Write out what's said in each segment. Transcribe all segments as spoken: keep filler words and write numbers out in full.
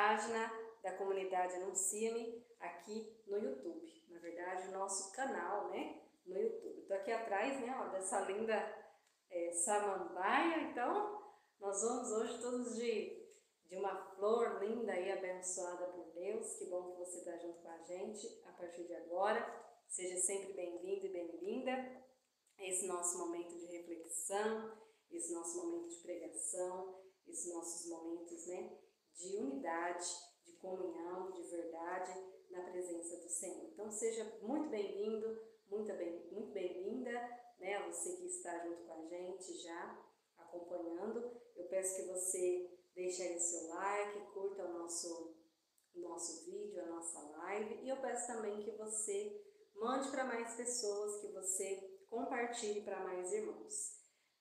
página da comunidade Anuncia-me aqui no YouTube. Na verdade, o nosso canal, né, no YouTube. Estou aqui atrás, né, ó, dessa linda é, samambaia. Então, nós vamos hoje todos de, de uma flor linda e abençoada por Deus. Que bom que você está junto com a gente a partir de agora. Seja sempre bem-vindo e bem-vinda a esse nosso momento de reflexão, esse nosso momento de pregação, esses nossos momentos, né, de unidade, de comunhão, de verdade na presença do Senhor. Então seja muito bem-vindo, muito bem, muito bem-vinda, né, a você que está junto com a gente já acompanhando. Eu peço que você deixe aí o seu like, curta o nosso, o nosso vídeo, a nossa live, e eu peço também que você mande para mais pessoas, que você compartilhe para mais irmãos.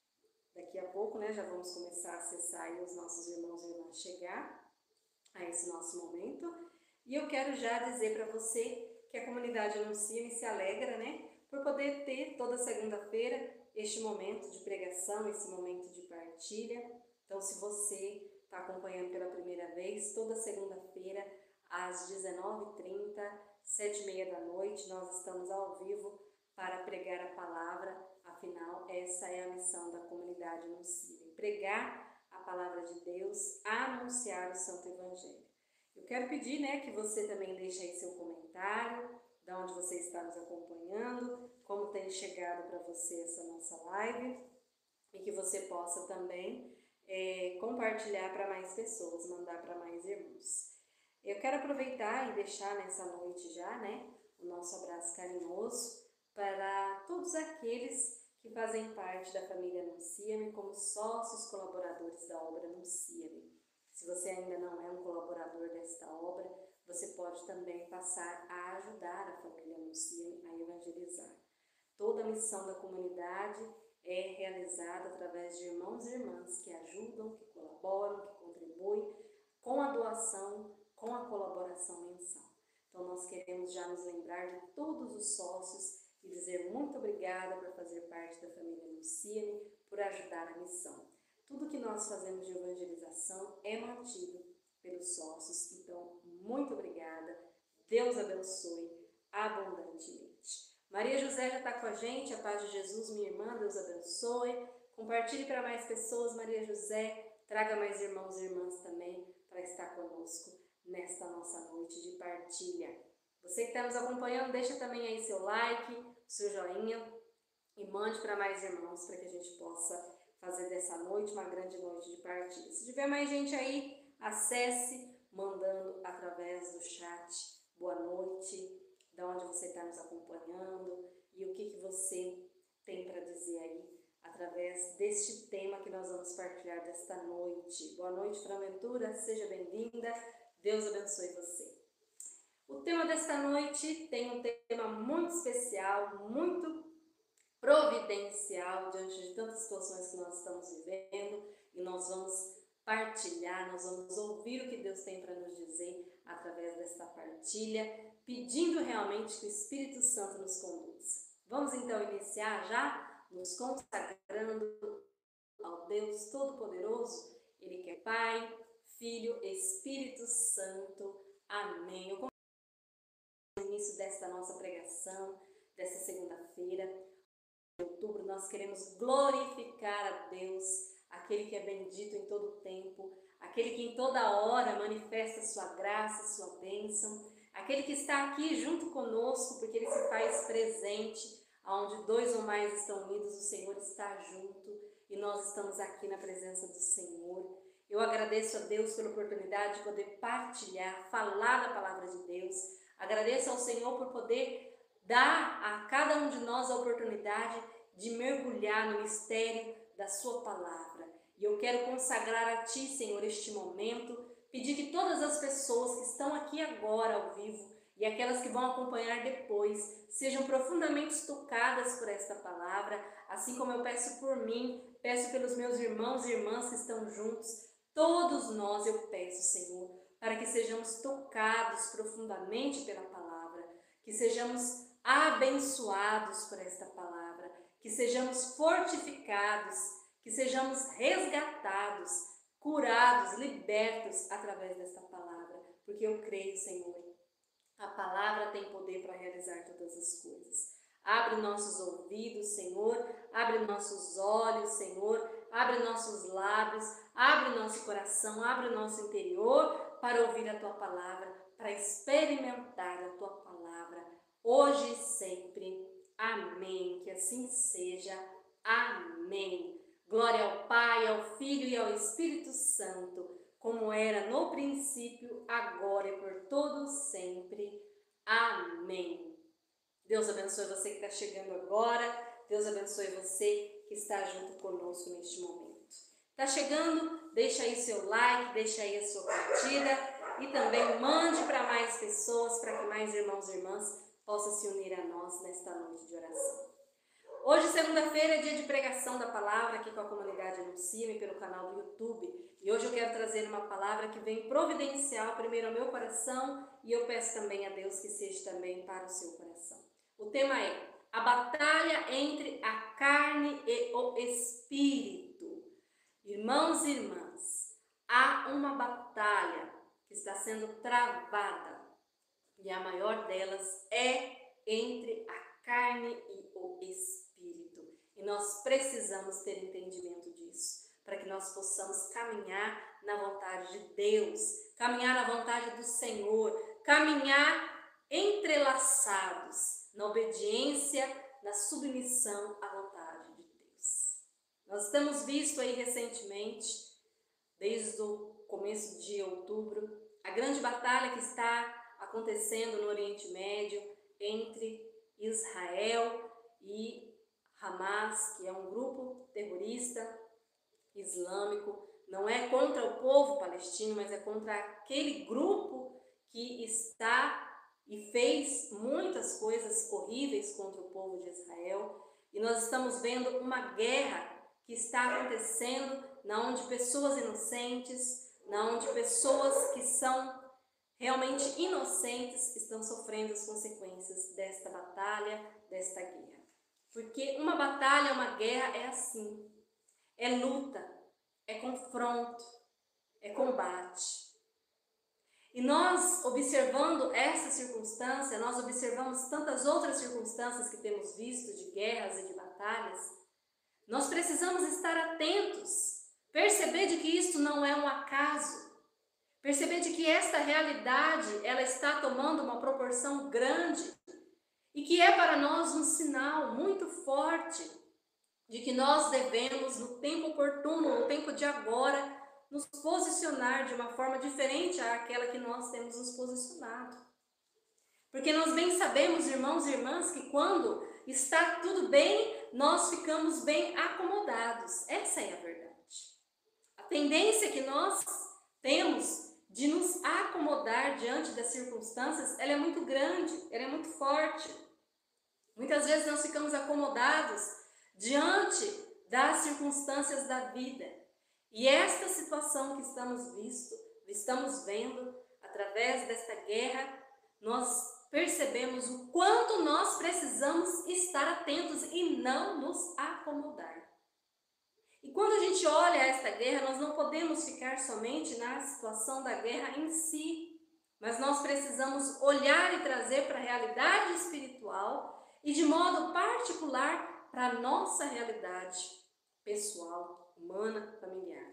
Daqui a pouco, né, já vamos começar a acessar aí os nossos irmãos e irmãs chegar a esse nosso momento. E eu quero já dizer para você que a comunidade Anuncia-me se alegra, né, por poder ter toda segunda-feira este momento de pregação, esse momento de partilha. Então, se você está acompanhando pela primeira vez, toda segunda-feira, às dezenove e trinta, sete e meia da noite, nós estamos ao vivo para pregar a palavra. Afinal, essa é a missão da comunidade Anuncia-me: pregar a palavra de Deus, anunciar o Santo Evangelho. Eu quero pedir, né, que você também deixe aí seu comentário, de onde você está nos acompanhando, como tem chegado para você essa nossa live, e que você possa também é, compartilhar para mais pessoas, mandar para mais irmãos. Eu quero aproveitar e deixar nessa noite já, né, o nosso abraço carinhoso para todos aqueles que fazem parte da família Anuncia-me como sócios colaboradores da obra Anuncia-me. Se você ainda não é um colaborador desta obra, você pode também passar a ajudar a família Anuncia-me a evangelizar. Toda a missão da comunidade é realizada através de irmãos e irmãs que ajudam, que colaboram, que contribuem com a doação, com a colaboração mensal. Então nós queremos já nos lembrar de todos os sócios e dizer muito obrigada por fazer parte da família Anuncia-me, por ajudar a missão. Tudo que nós fazemos de evangelização é mantido pelos sócios, então muito obrigada, Deus abençoe abundantemente. Maria José já está com a gente, a paz de Jesus, minha irmã, Deus abençoe. Compartilhe para mais pessoas, Maria José, traga mais irmãos e irmãs também para estar conosco nesta nossa noite de partilha. Você que está nos acompanhando, deixa também aí seu like, seu joinha e mande para mais irmãos para que a gente possa fazer dessa noite uma grande noite de partilha. Se tiver mais gente aí, acesse mandando através do chat boa noite, de onde você está nos acompanhando e o que, que você tem para dizer aí através deste tema que nós vamos partilhar desta noite. Boa noite, Fran Ventura, seja bem-vinda, Deus abençoe você. O tema desta noite tem um tema muito especial, muito providencial diante de tantas situações que nós estamos vivendo, e nós vamos partilhar, nós vamos ouvir o que Deus tem para nos dizer através desta partilha, pedindo realmente que o Espírito Santo nos conduza. Vamos então iniciar já nos consagrando ao Deus Todo-Poderoso, Ele que é Pai, Filho, Espírito Santo. Amém. Eu no início desta nossa pregação, desta segunda-feira, de outubro, nós queremos glorificar a Deus, aquele que é bendito em todo o tempo, aquele que em toda hora manifesta sua graça, sua bênção, aquele que está aqui junto conosco, porque Ele se faz presente, onde dois ou mais estão unidos, o Senhor está junto, e nós estamos aqui na presença do Senhor. Eu agradeço a Deus pela oportunidade de poder partilhar, falar da palavra de Deus. Agradeço ao Senhor por poder dar a cada um de nós a oportunidade de mergulhar no mistério da sua palavra. E eu quero consagrar a Ti, Senhor, este momento, pedir que todas as pessoas que estão aqui agora ao vivo e aquelas que vão acompanhar depois sejam profundamente tocadas por esta palavra, assim como eu peço por mim, peço pelos meus irmãos e irmãs que estão juntos. Todos nós eu peço, Senhor, para que sejamos tocados profundamente pela palavra, que sejamos abençoados por esta palavra, que sejamos fortificados, que sejamos resgatados, curados, libertos através desta palavra. porque eu creio, Senhor, a palavra tem poder para realizar todas as coisas. Abre nossos ouvidos, Senhor, abre nossos olhos, Senhor, abre nossos lábios, abre nosso coração, abre nosso interior para ouvir a Tua palavra, para experimentar a Tua palavra, hoje e sempre. Amém. Que assim seja. Amém. Glória ao Pai, ao Filho e ao Espírito Santo, como era no princípio, agora e por todos sempre. Amém. Deus abençoe você que está chegando agora. Deus abençoe você que está junto conosco neste momento. Está chegando? Deixa aí seu like, deixa aí a sua curtida e também mande para mais pessoas, para que mais irmãos e irmãs possam se unir a nós nesta noite de oração. Hoje, segunda-feira, é dia de pregação da palavra aqui com a comunidade Anuncia-me pelo canal do YouTube. E hoje eu quero trazer uma palavra que vem providencial primeiro ao meu coração e eu peço também a Deus que seja também para o seu coração. O tema é a batalha entre a carne e o espírito. Irmãos e irmãs, há uma batalha que está sendo travada e a maior delas é entre a carne e o espírito. E nós precisamos ter entendimento disso, para que nós possamos caminhar na vontade de Deus, caminhar na vontade do Senhor, caminhar entrelaçados na obediência, na submissão à vontade de Deus. Nós temos visto aí recentemente, desde o começo de outubro, a grande batalha que está acontecendo no Oriente Médio entre Israel e Hamas, que é um grupo terrorista islâmico. Não é contra o povo palestino, mas é contra aquele grupo que está e fez muitas coisas horríveis contra o povo de Israel. E nós estamos vendo uma guerra que está acontecendo, na onde pessoas inocentes, na onde pessoas que são realmente inocentes estão sofrendo as consequências desta batalha, desta guerra. Porque uma batalha, uma guerra é assim, é luta, é confronto, é combate. E nós, observando essa circunstância, nós observamos tantas outras circunstâncias que temos visto de guerras e de batalhas, nós precisamos estar atentos, perceber de que isto não é um acaso, perceber de que esta realidade ela está tomando uma proporção grande e que é para nós um sinal muito forte de que nós devemos, no tempo oportuno, no tempo de agora, nos posicionar de uma forma diferente àquela que nós temos nos posicionado. Porque nós bem sabemos, irmãos e irmãs, que quando está tudo bem, nós ficamos bem acomodados. Essa é a verdade. A tendência que nós temos de nos acomodar diante das circunstâncias, ela é muito grande, ela é muito forte. Muitas vezes nós ficamos acomodados diante das circunstâncias da vida. E esta situação que estamos visto, estamos vendo através desta guerra, nós percebemos o quanto nós precisamos estar atentos e não nos acomodar. E quando a gente olha esta guerra, nós não podemos ficar somente na situação da guerra em si, mas nós precisamos olhar e trazer para a realidade espiritual e de modo particular para a nossa realidade pessoal, humana, familiar.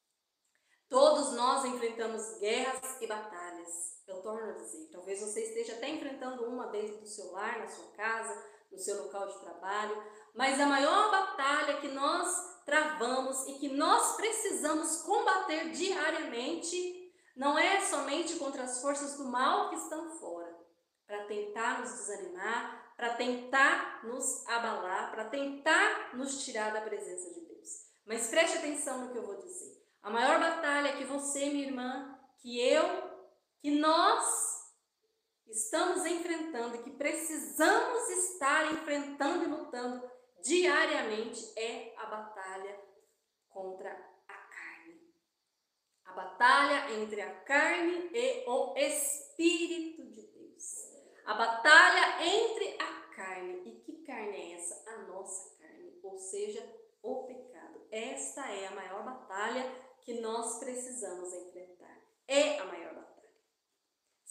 Todos nós enfrentamos guerras e batalhas. Eu torno a dizer, talvez você esteja até enfrentando uma dentro do seu lar, na sua casa, no seu local de trabalho, mas a maior batalha que nós travamos e que nós precisamos combater diariamente não é somente contra as forças do mal que estão fora, para tentar nos desanimar, para tentar nos abalar, para tentar nos tirar da presença de Deus. Mas preste atenção no que eu vou dizer. A maior batalha que você, minha irmã, que eu, que nós estamos enfrentando e que precisamos estar enfrentando e lutando diariamente é a batalha contra a carne. A batalha entre a carne e o Espírito de Deus. A batalha entre a carne. E que carne é essa? A nossa carne, ou seja, o pecado. Esta é a maior batalha que nós precisamos enfrentar. É a maior batalha.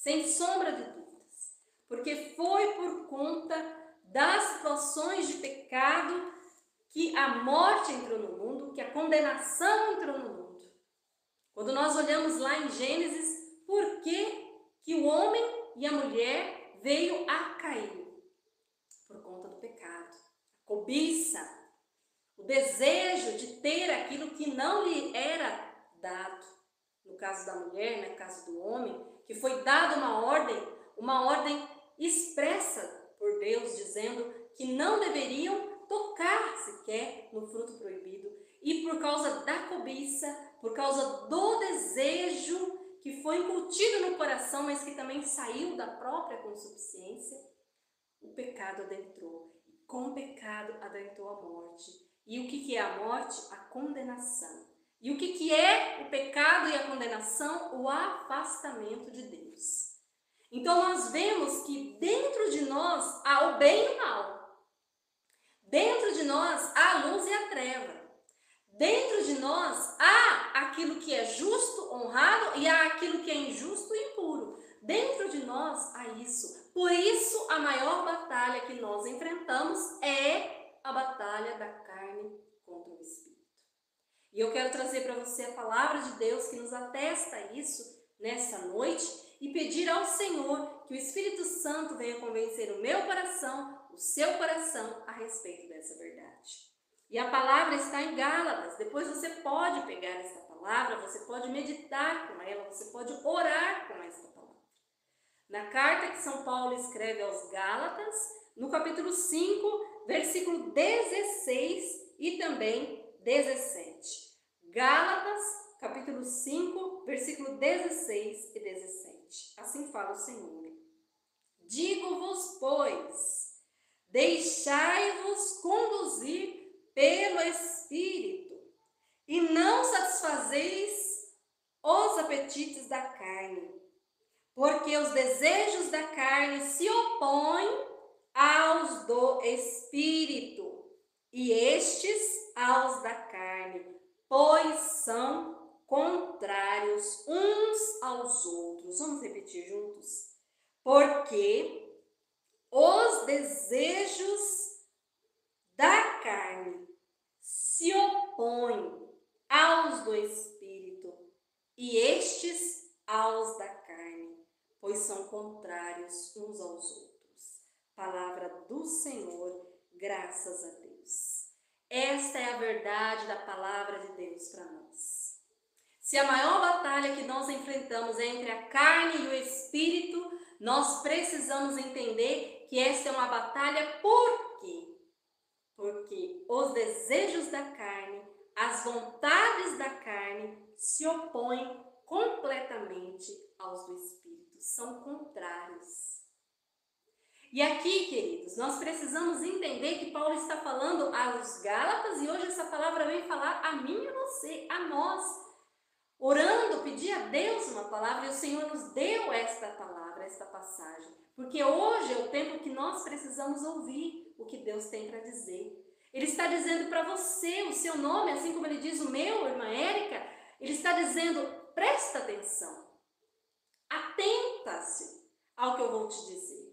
sem sombra de dúvidas, porque foi por conta das situações de pecado que a morte entrou no mundo, que a condenação entrou no mundo. Quando nós olhamos lá em Gênesis, por que que o homem e a mulher veio a cair? Por conta do pecado, a cobiça, o desejo de ter aquilo que não lhe era dado. No caso da mulher, no caso do homem, que foi dada uma ordem, uma ordem expressa por Deus, dizendo que não deveriam tocar sequer no fruto proibido. E por causa da cobiça, por causa do desejo que foi incutido no coração, mas que também saiu da própria concupiscência, o pecado adentrou. Com o pecado adentrou a morte. E o que é a morte? A condenação. E o que é o pecado e a condenação? O afastamento de Deus. Então nós vemos que dentro de nós há o bem e o mal. Dentro de nós há a luz e a treva. Dentro de nós há aquilo que é justo, honrado, e há aquilo que é injusto e impuro. Dentro de nós há isso. Por isso a maior batalha que nós enfrentamos é a batalha da carne contra o espírito. E eu quero trazer para você a palavra de Deus que nos atesta isso nessa noite e pedir ao Senhor que o Espírito Santo venha convencer o meu coração, o seu coração a respeito dessa verdade. E a palavra está em Gálatas. Depois você pode pegar essa palavra, você pode meditar com ela, você pode orar com essa palavra. Na carta que São Paulo escreve aos Gálatas, no capítulo cinco, versículo dezesseis e também dezessete. Gálatas, capítulo cinco, versículo dezesseis e dezessete. Assim fala o Senhor. Digo-vos, pois, deixai-vos conduzir pelo Espírito, e não satisfazeis os apetites da carne, porque os desejos da carne se opõem aos do Espírito, e estes aos da carne, pois são contrários uns aos outros. Vamos repetir juntos? Porque os desejos da carne se opõem aos do Espírito, e estes aos da carne, pois são contrários uns aos outros. Palavra do Senhor, graças a Deus. Esta é a verdade da palavra de Deus para nós. Se a maior batalha que nós enfrentamos é entre a carne e o Espírito, nós precisamos entender que esta é uma batalha por quê? Porque os desejos da carne, as vontades da carne se opõem completamente aos do Espírito, são contrários. E aqui, queridos, nós precisamos entender que Paulo está falando aos Gálatas e hoje essa palavra vem falar a mim e a você, a nós. Orando, pedir a Deus uma palavra e o Senhor nos deu esta palavra, esta passagem. Porque hoje é o tempo que nós precisamos ouvir o que Deus tem para dizer. Ele está dizendo para você o seu nome, assim como ele diz o meu, irmã Érica, ele está dizendo, presta atenção, atenta-se ao que eu vou te dizer.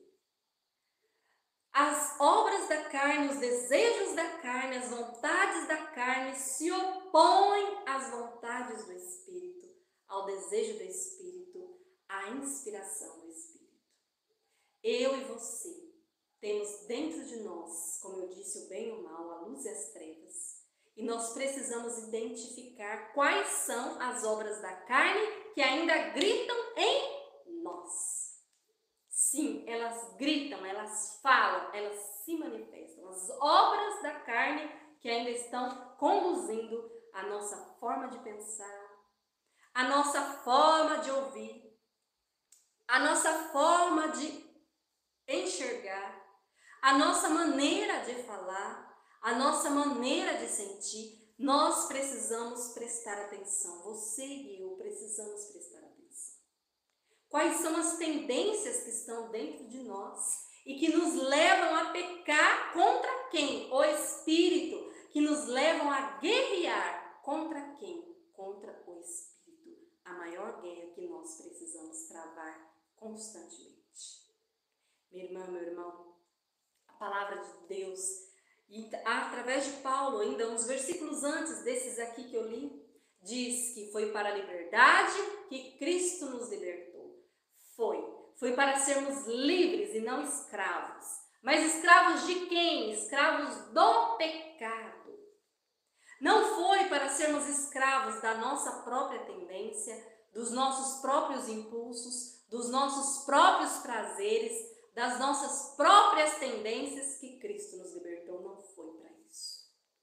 As obras da carne, os desejos da carne, as vontades da carne se opõem às vontades do Espírito, ao desejo do Espírito, à inspiração do Espírito. Eu e você temos dentro de nós, como eu disse, o bem e o mal, a luz e as trevas. E nós precisamos identificar quais são as obras da carne que ainda gritam em nós. Sim, elas gritam, elas falam, elas se manifestam. As obras da carne que ainda estão conduzindo a nossa forma de pensar, a nossa forma de ouvir, a nossa forma de enxergar, a nossa maneira de falar, a nossa maneira de sentir. Nós precisamos prestar atenção. Você e eu precisamos prestar atenção. Quais são as tendências que estão dentro de nós e que nos levam a pecar contra quem? O Espírito, que nos levam a guerrear contra quem? Contra o Espírito. A maior guerra que nós precisamos travar constantemente. Minha irmã, meu irmão, a palavra de Deus, e através de Paulo, ainda uns versículos antes desses aqui que eu li, diz que foi para a liberdade que Cristo nos libertou. Foi. Foi para sermos livres e não escravos. Mas escravos de quem? Escravos do pecado. Não foi para sermos escravos da nossa própria tendência, dos nossos próprios impulsos, dos nossos próprios prazeres, das nossas próprias tendências que Cristo nos libertou. Não foi para isso.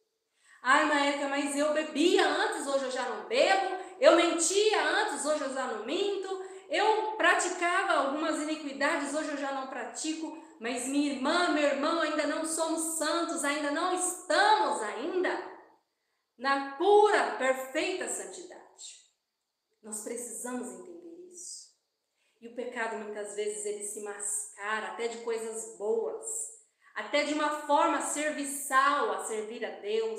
Ai, Maérica, mas eu bebia antes, hoje eu já não bebo. Eu mentia antes, hoje eu já não minto. Eu praticava algumas iniquidades, hoje eu já não pratico. Mas minha irmã, meu irmão, ainda não somos santos, ainda não estamos ainda na pura, perfeita santidade. Nós precisamos entender isso. E o pecado, muitas vezes, ele se mascara até de coisas boas, até de uma forma serviçal a servir a Deus,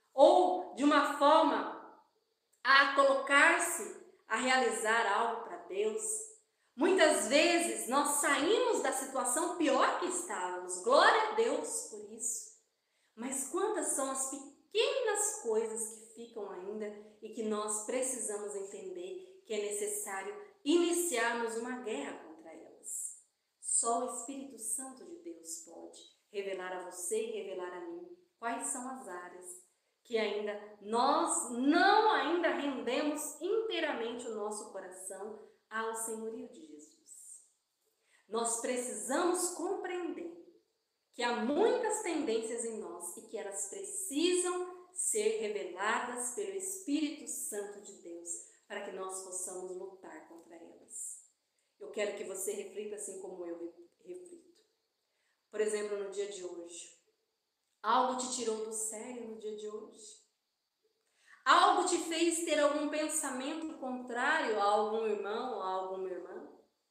ou de uma forma a colocar-se a realizar algo para Deus. Muitas vezes, nós saímos da situação pior que estávamos. Glória a Deus por isso. Mas quantas são as pequenas pequenas coisas que ficam ainda e que nós precisamos entender que é necessário iniciarmos uma guerra contra elas. Só o Espírito Santo de Deus pode revelar a você e revelar a mim quais são as áreas que ainda nós não ainda rendemos inteiramente o nosso coração ao senhorio de Jesus. Nós precisamos compreender que há muitas tendências em nós e que elas precisam ser reveladas pelo Espírito Santo de Deus para que nós possamos lutar contra elas. Eu quero que você reflita assim como eu reflito. Por exemplo, no dia de hoje, algo te tirou do sério no dia de hoje? Algo te fez ter algum pensamento contrário a algum irmão ou a alguma irmã?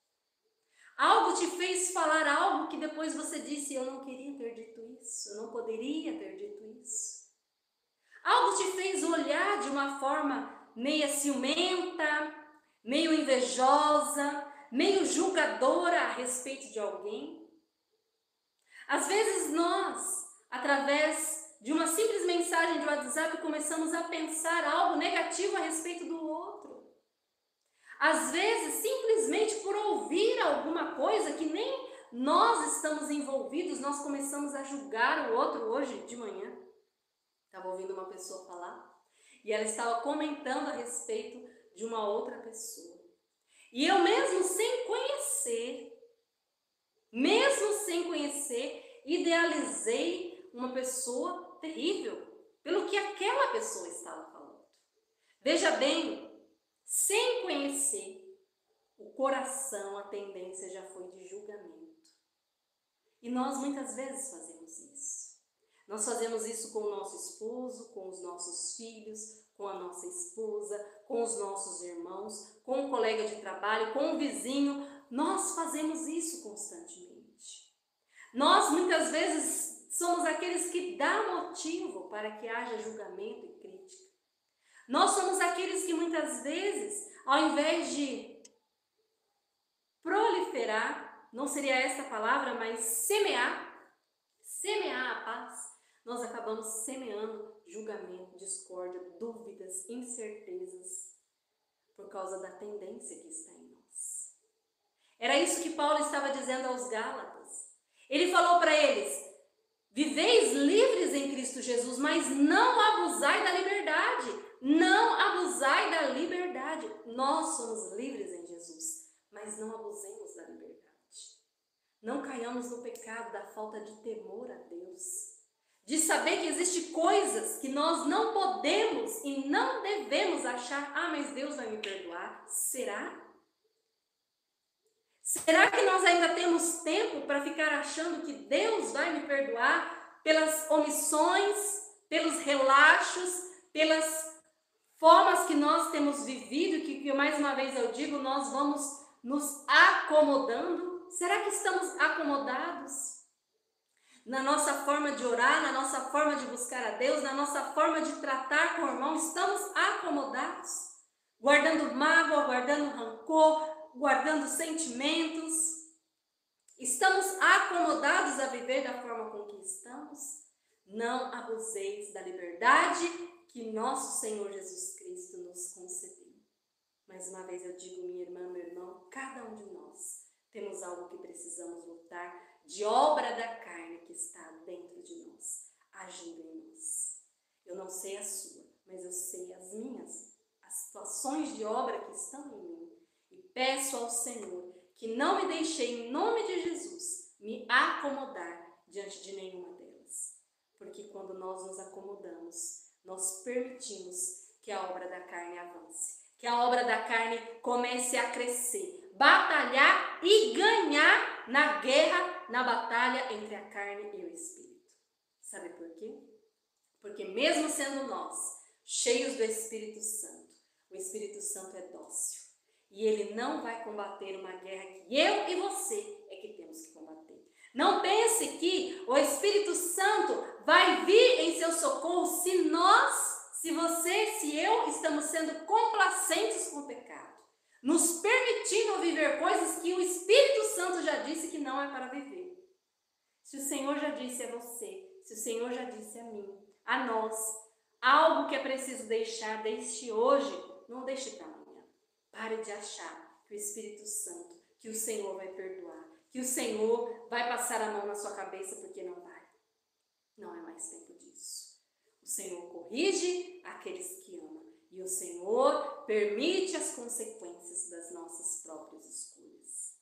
Algo te fez falar algo que depois você disse, eu não queria ter dito isso, eu não poderia ter dito isso. Algo te fez olhar de uma forma meio ciumenta, meio invejosa, meio julgadora a respeito de alguém. Às vezes nós, através de uma simples mensagem de WhatsApp, começamos a pensar algo negativo a respeito do outro. Às vezes, simplesmente por ouvir alguma coisa que nem nós estamos envolvidos, nós começamos a julgar o outro. Hoje de manhã. Estava ouvindo uma pessoa falar e ela estava comentando a respeito de uma outra pessoa. E eu mesmo sem conhecer, mesmo sem conhecer, idealizei uma pessoa terrível pelo que aquela pessoa estava falando. Veja bem, sem conhecer, o coração, a tendência já foi de julgamento. E nós muitas vezes fazemos isso. Nós fazemos isso com o nosso esposo, com os nossos filhos, com a nossa esposa, com os nossos irmãos, com um colega de trabalho, com um vizinho. Nós fazemos isso constantemente. Nós muitas vezes somos aqueles que dão motivo para que haja julgamento e crítica. Nós somos aqueles que muitas vezes, ao invés de proliferar, não seria essa a palavra, mas semear, semear a paz, nós acabamos semeando julgamento, discórdia, dúvidas, incertezas, por causa da tendência que está em nós. Era isso que Paulo estava dizendo aos Gálatas. Ele falou para eles, viveis livres em Cristo Jesus, mas não abusai da liberdade. Não abusai da liberdade. Nós somos livres em Jesus, mas não abusemos da liberdade. Não caiamos no pecado da falta de temor a Deus. De saber que existem coisas que nós não podemos e não devemos achar, ah, mas Deus vai me perdoar. Será? Será que nós ainda temos tempo para ficar achando que Deus vai me perdoar pelas omissões, pelos relaxos, pelas formas que nós temos vivido, que, que mais uma vez eu digo, nós vamos nos acomodando? Será que estamos acomodados? Na nossa forma de orar, na nossa forma de buscar a Deus, na nossa forma de tratar com o irmão, estamos acomodados? Guardando mágoa, guardando rancor, guardando sentimentos? Estamos acomodados a viver da forma com que estamos? Não abuseis da liberdade que nosso Senhor Jesus Cristo nos concedeu. Mais uma vez eu digo, minha irmã, meu irmão, cada um de nós temos algo que precisamos lutar de obra da carne que está dentro de nós, agindo em nós. Eu não sei a sua, mas eu sei as minhas, as situações de obra que estão em mim. E peço ao Senhor que não me deixe, em nome de Jesus, me acomodar diante de nenhuma delas. Porque quando nós nos acomodamos, nós permitimos que a obra da carne avance, que a obra da carne comece a crescer, batalhar e ganhar na guerra, na batalha entre a carne e o espírito. Sabe por quê? Porque mesmo sendo nós cheios do Espírito Santo, o Espírito Santo é dócil. E ele não vai combater uma guerra que eu e você é que temos que combater. Não pense que o Espírito Santo vai vir em seu socorro se nós, se você, se eu estamos sendo complacentes com o pecado, nos permitindo viver coisas que o Espírito Santo já disse que não é para viver. Se o Senhor já disse a você, se o Senhor já disse a mim, a nós, algo que é preciso deixar, deixe hoje, não deixe para amanhã. Pare de achar que o Espírito Santo, que o Senhor vai perdoar, que o Senhor vai passar a mão na sua cabeça, porque não vai. Não é mais tempo disso. O Senhor corrige aqueles que ama e o Senhor permite as consequências das nossas próprias escolhas.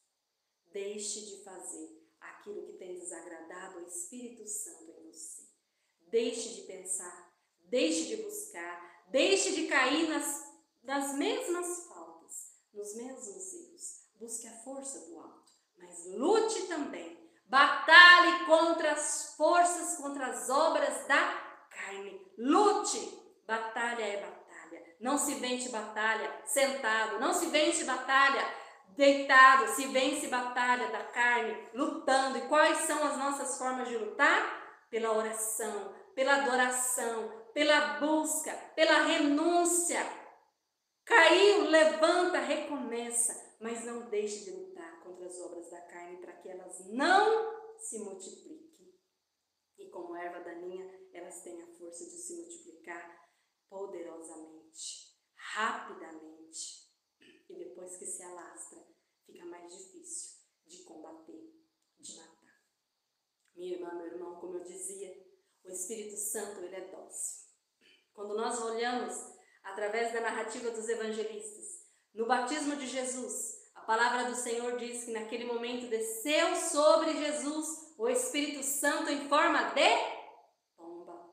Deixe de fazer aquilo que tem desagradado ao Espírito Santo em você. Deixe de pensar, deixe de buscar, deixe de cair nas, nas mesmas faltas, nos mesmos erros. Busque a força do alto, mas lute também. Batalhe contra as forças, contra as obras da carne. Lute. Batalha é batalha. Não se vence batalha sentado, não se vence batalha deitado, se vence batalha da carne lutando. E quais são as nossas formas de lutar? Pela oração, pela adoração, pela busca, pela renúncia. Caiu, levanta, recomeça, mas não deixe de lutar contra as obras da carne para que elas não se multipliquem. E como erva daninha, elas têm a força de se multiplicar poderosamente, rapidamente. E depois que se alastra, fica mais difícil de combater, de matar. Minha irmã, meu irmão, como eu dizia, o Espírito Santo, ele é dócil. Quando nós olhamos através da narrativa dos evangelistas, no batismo de Jesus, a palavra do Senhor diz que naquele momento desceu sobre Jesus o Espírito Santo em forma de pomba.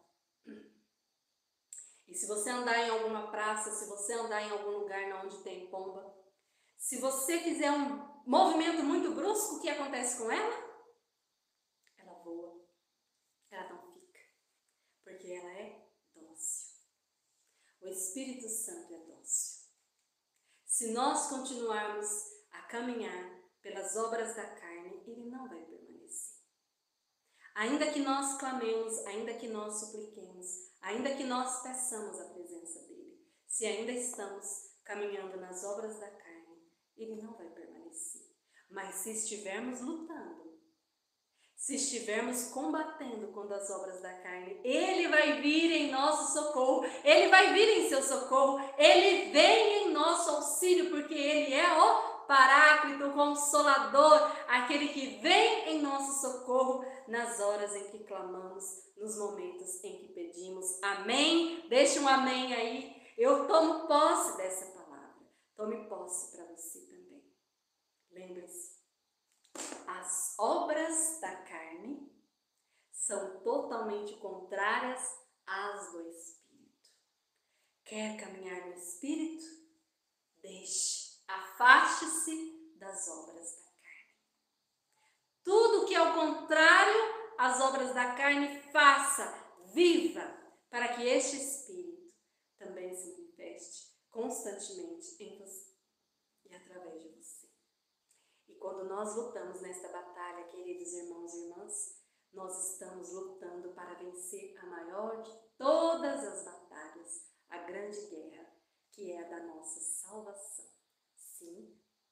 E se você andar em alguma praça, se você andar em algum lugar onde tem pomba, se você fizer um movimento muito brusco, o que acontece com ela? Ela voa, ela não fica, porque ela é dócil. O Espírito Santo é dócil. Se nós continuarmos a caminhar pelas obras da carne, ele não vai permanecer. Ainda que nós clamemos, ainda que nós supliquemos, ainda que nós peçamos a presença dele, se ainda estamos caminhando nas obras da carne, ele não vai permanecer. Mas se estivermos lutando, se estivermos combatendo contra as obras da carne, ele vai vir em nosso socorro, ele vai vir em seu socorro, ele vem em nosso auxílio, porque ele é o Paráclito, o Consolador, aquele que vem em nosso socorro nas horas em que clamamos, nos momentos em que pedimos. Amém? Deixa um amém aí. Eu tomo posse dessa palavra. Tome posse para você também. Lembre-se, as obras da carne são totalmente contrárias às do Espírito. Quer caminhar no Espírito? Deixe. Afaste-se das obras da carne. Tudo que é o contrário às obras da carne, faça, viva, para que este Espírito também se manifeste constantemente em você e através de você. E quando nós lutamos nesta batalha, queridos irmãos e irmãs, nós estamos lutando para vencer a maior de todas as batalhas, a grande guerra, que é a da nossa salvação. Sim,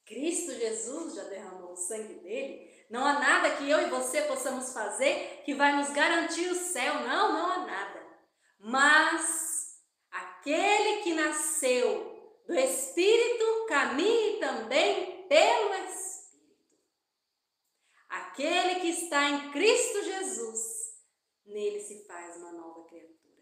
Cristo Jesus já derramou o sangue dele. Não há nada que eu e você possamos fazer que vai nos garantir o céu. Não, não há nada. Mas aquele que nasceu do Espírito caminhe também pelo Espírito. Aquele que está em Cristo Jesus, nele se faz uma nova criatura.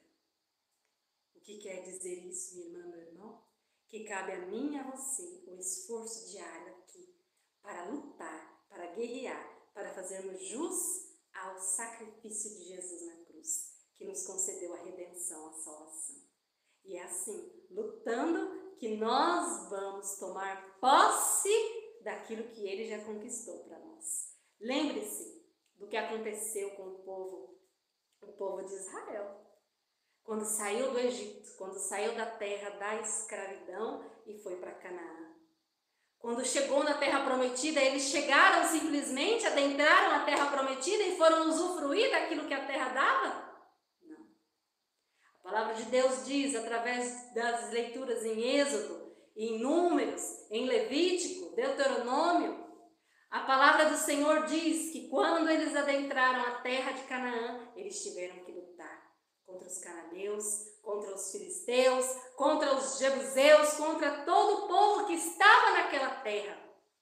O que quer dizer isso, minha irmã, meu irmão? Que cabe a mim e a você o esforço diário aqui para lutar, para guerrear, para fazermos jus ao sacrifício de Jesus na cruz, que nos concedeu a redenção, a salvação. E é assim, lutando, que nós vamos tomar posse daquilo que ele já conquistou para nós. Lembre-se do que aconteceu com o povo, o povo de Israel. Quando saiu do Egito, quando saiu da terra da escravidão e foi para Canaã. Quando chegou na terra prometida, eles chegaram simplesmente, adentraram a terra prometida e foram usufruir daquilo que a terra dava? Não. A palavra de Deus diz, através das leituras em Êxodo, em Números, em Levítico, Deuteronômio, a palavra do Senhor diz que quando eles adentraram a terra de Canaã, eles tiveram que lutar contra os cananeus, contra os filisteus, contra os jebuseus, contra todo o povo que estava naquela terra.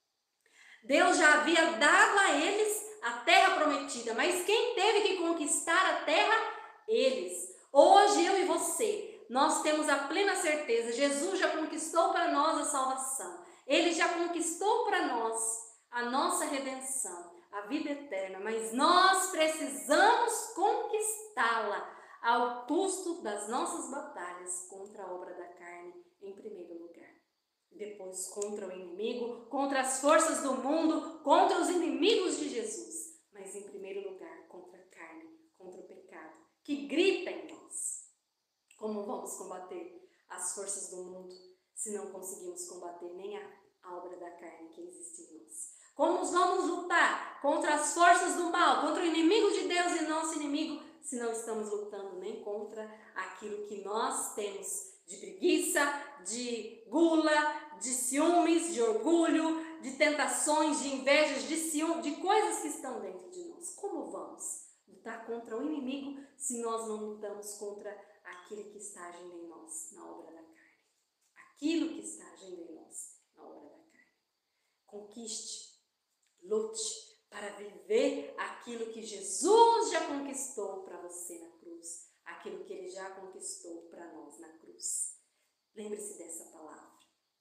Deus já havia dado a eles a terra prometida, mas quem teve que conquistar a terra? Eles. Hoje eu e você, nós temos a plena certeza, Jesus já conquistou para nós a salvação. Ele já conquistou para nós a nossa redenção, a vida eterna, mas nós precisamos conquistá-la ao custo das nossas batalhas contra a obra da carne, em primeiro lugar. Depois contra o inimigo, contra as forças do mundo, contra os inimigos de Jesus. Mas em primeiro lugar, contra a carne, contra o pecado, que grita em nós. Como vamos combater as forças do mundo, se não conseguimos combater nem a, a obra da carne que existe em nós? Como vamos lutar contra as forças do mal, contra o inimigo de Deus e nosso inimigo, se não estamos lutando nem contra aquilo que nós temos de preguiça, de gula, de ciúmes, de orgulho, de tentações, de invejas, de ciúmes, de coisas que estão dentro de nós? Como vamos lutar contra o inimigo se nós não lutamos contra aquele que está agindo em nós, na obra da carne? Aquilo que está agindo em nós, na obra da carne. Conquiste, lute para viver aquilo que Jesus já conquistou para você na cruz, aquilo que ele já conquistou para nós na cruz. Lembre-se dessa palavra.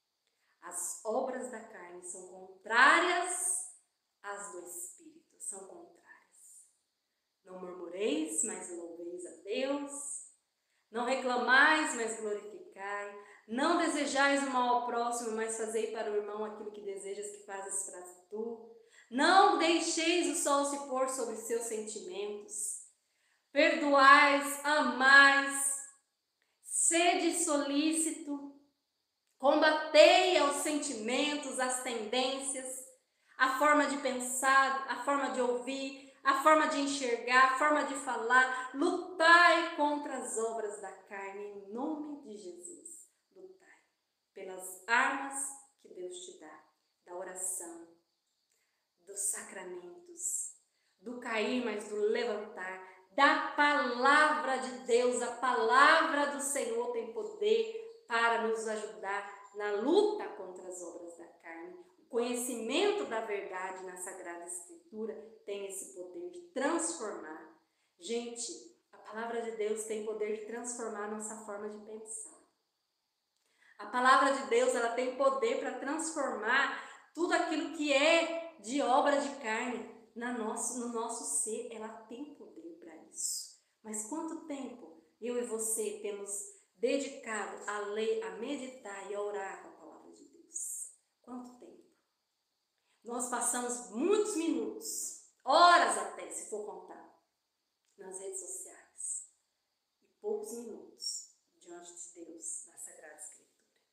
As obras da carne são contrárias às do Espírito, são contrárias. Não murmureis, mas louveis a Deus. Não reclamais, mas glorificai. Não desejais o mal ao próximo, mas fazei para o irmão aquilo que desejas que fazes para tu. Não deixeis o sol se pôr sobre seus sentimentos. Perdoais, amais, sede solícito, combatei aos sentimentos, às tendências, a forma de pensar, a forma de ouvir, a forma de enxergar, a forma de falar. Lutai contra as obras da carne em nome de Jesus. Lutai pelas armas que Deus te dá, da oração, dos sacramentos, do cair, mas do levantar, da palavra de Deus. A palavra do Senhor tem poder para nos ajudar na luta contra as obras da carne. O conhecimento da verdade na Sagrada Escritura tem esse poder de transformar. Gente, a palavra de Deus tem poder de transformar a nossa forma de pensar. A palavra de Deus, ela tem poder para transformar tudo aquilo que é de obra de carne na nosso, no nosso ser. Ela tem poder para isso. Mas quanto tempo eu e você temos dedicado a ler, a meditar e a orar com a palavra de Deus? Quanto tempo? Nós passamos muitos minutos, horas até, se for contar, nas redes sociais. E poucos minutos diante de Deus, na Sagrada Escritura.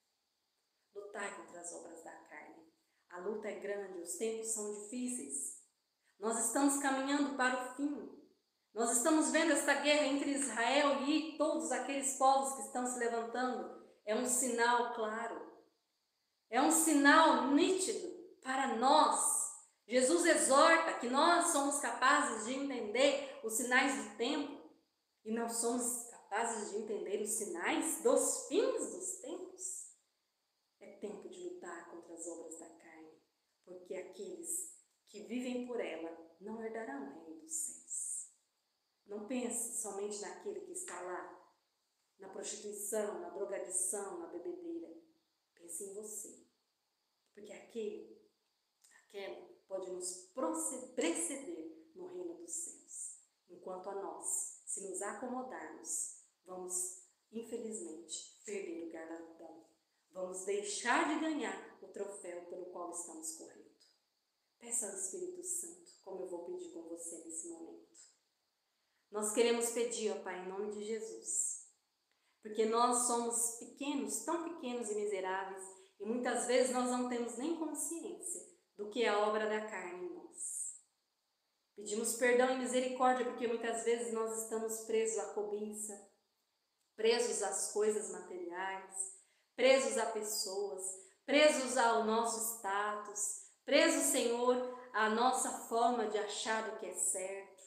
Lutar contra as obras da carne. A luta é grande, os tempos são difíceis. Nós estamos caminhando para o fim. Nós estamos vendo esta guerra entre Israel e todos aqueles povos que estão se levantando. É um sinal claro. É um sinal nítido para nós. Jesus exorta que nós somos capazes de entender os sinais do tempo e não somos capazes de entender os sinais dos fins dos tempos. É tempo de lutar contra as obras da carne, porque aqueles que vivem por ela não herdarão o reino dos céus. Não pense somente naquele que está lá, na prostituição, na drogadição, na bebedeira. Pense em você, porque aquele, aquela pode nos preceder no reino dos céus, enquanto a nós, se nos acomodarmos, vamos, infelizmente, perder o galardão. Vamos deixar de ganhar o troféu pelo qual estamos correndo. Peça ao Espírito Santo, como eu vou pedir com você nesse momento. Nós queremos pedir, ó Pai, em nome de Jesus, porque nós somos pequenos, tão pequenos e miseráveis, e muitas vezes nós não temos nem consciência do que é a obra da carne em nós. Pedimos perdão e misericórdia, porque muitas vezes nós estamos presos à cobiça, presos às coisas materiais, presos a pessoas, presos ao nosso status, presos, Senhor, à nossa forma de achar o que é certo,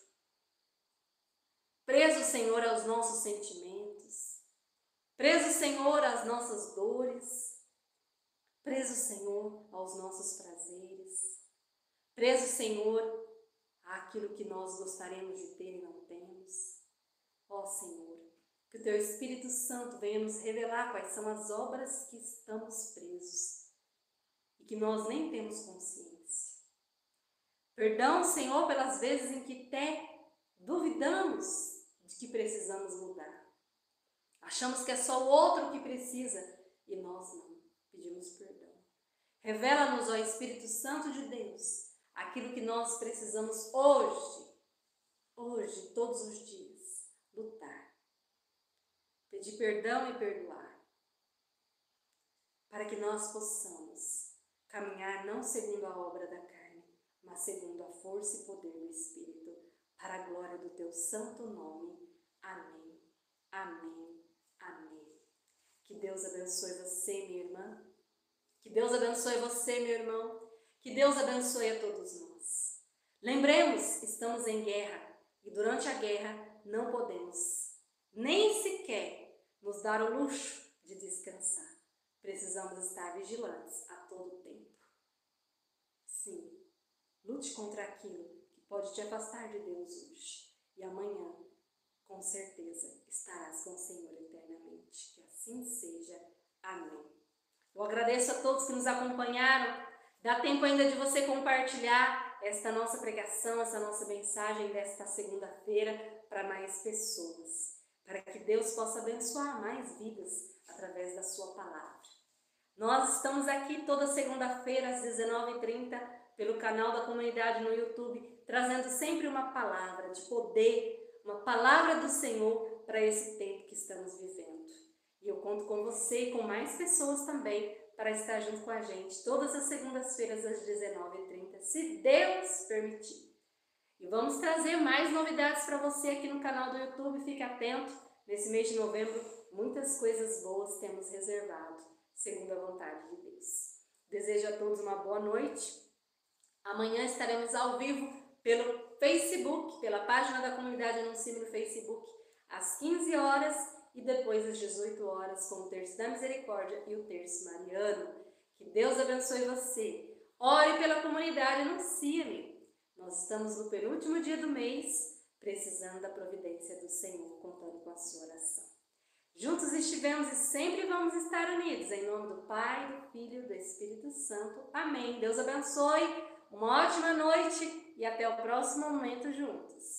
presos, Senhor, aos nossos sentimentos, presos, Senhor, às nossas dores, presos, Senhor, aos nossos prazeres, presos, Senhor, àquilo que nós gostaríamos de ter e não temos. Ó Senhor, que o Teu Espírito Santo venha nos revelar quais são as obras que estamos presos e que nós nem temos consciência. Perdão, Senhor, pelas vezes em que até duvidamos de que precisamos mudar. Achamos que é só o outro que precisa e nós não. Pedimos perdão. Revela-nos, ó Espírito Santo de Deus, aquilo que nós precisamos hoje, hoje, todos os dias, lutar. Pedir perdão e perdoar, para que nós possamos caminhar não segundo a obra da carne, mas segundo a força e poder do Espírito, para a glória do Teu santo nome. Amém, amém, amém. Que Deus abençoe você, minha irmã. Que Deus abençoe você, meu irmão. Que Deus abençoe a todos nós. Lembremos, estamos em guerra e durante a guerra não podemos nem sequer nos dar o luxo de descansar. Precisamos estar vigilantes a todo tempo. Sim, lute contra aquilo que pode te afastar de Deus hoje. E amanhã, com certeza, estarás com o Senhor eternamente. Que assim seja. Amém. Eu agradeço a todos que nos acompanharam. Dá tempo ainda de você compartilhar esta nossa pregação, essa nossa mensagem desta segunda-feira para mais pessoas, para que Deus possa abençoar mais vidas através da sua palavra. Nós estamos aqui toda segunda-feira às dezenove e trinta pelo canal da comunidade no YouTube, trazendo sempre uma palavra de poder, uma palavra do Senhor para esse tempo que estamos vivendo. E eu conto com você e com mais pessoas também para estar junto com a gente todas as segundas-feiras às dezenove e trinta, se Deus permitir. E vamos trazer mais novidades para você aqui no canal do YouTube. Fique atento, nesse mês de novembro, muitas coisas boas temos reservado, segundo a vontade de Deus. Desejo a todos uma boa noite. Amanhã estaremos ao vivo pelo Facebook, pela página da comunidade Anuncime no Facebook, às quinze horas e depois às dezoito horas com o Terço da Misericórdia e o Terço Mariano. Que Deus abençoe você. Ore pela comunidade Anuncime. Nós estamos no penúltimo dia do mês, precisando da providência do Senhor, contando com a sua oração. Juntos estivemos e sempre vamos estar unidos. Em nome do Pai, do Filho e do Espírito Santo. Amém. Deus abençoe. Uma ótima noite e até o próximo momento juntos.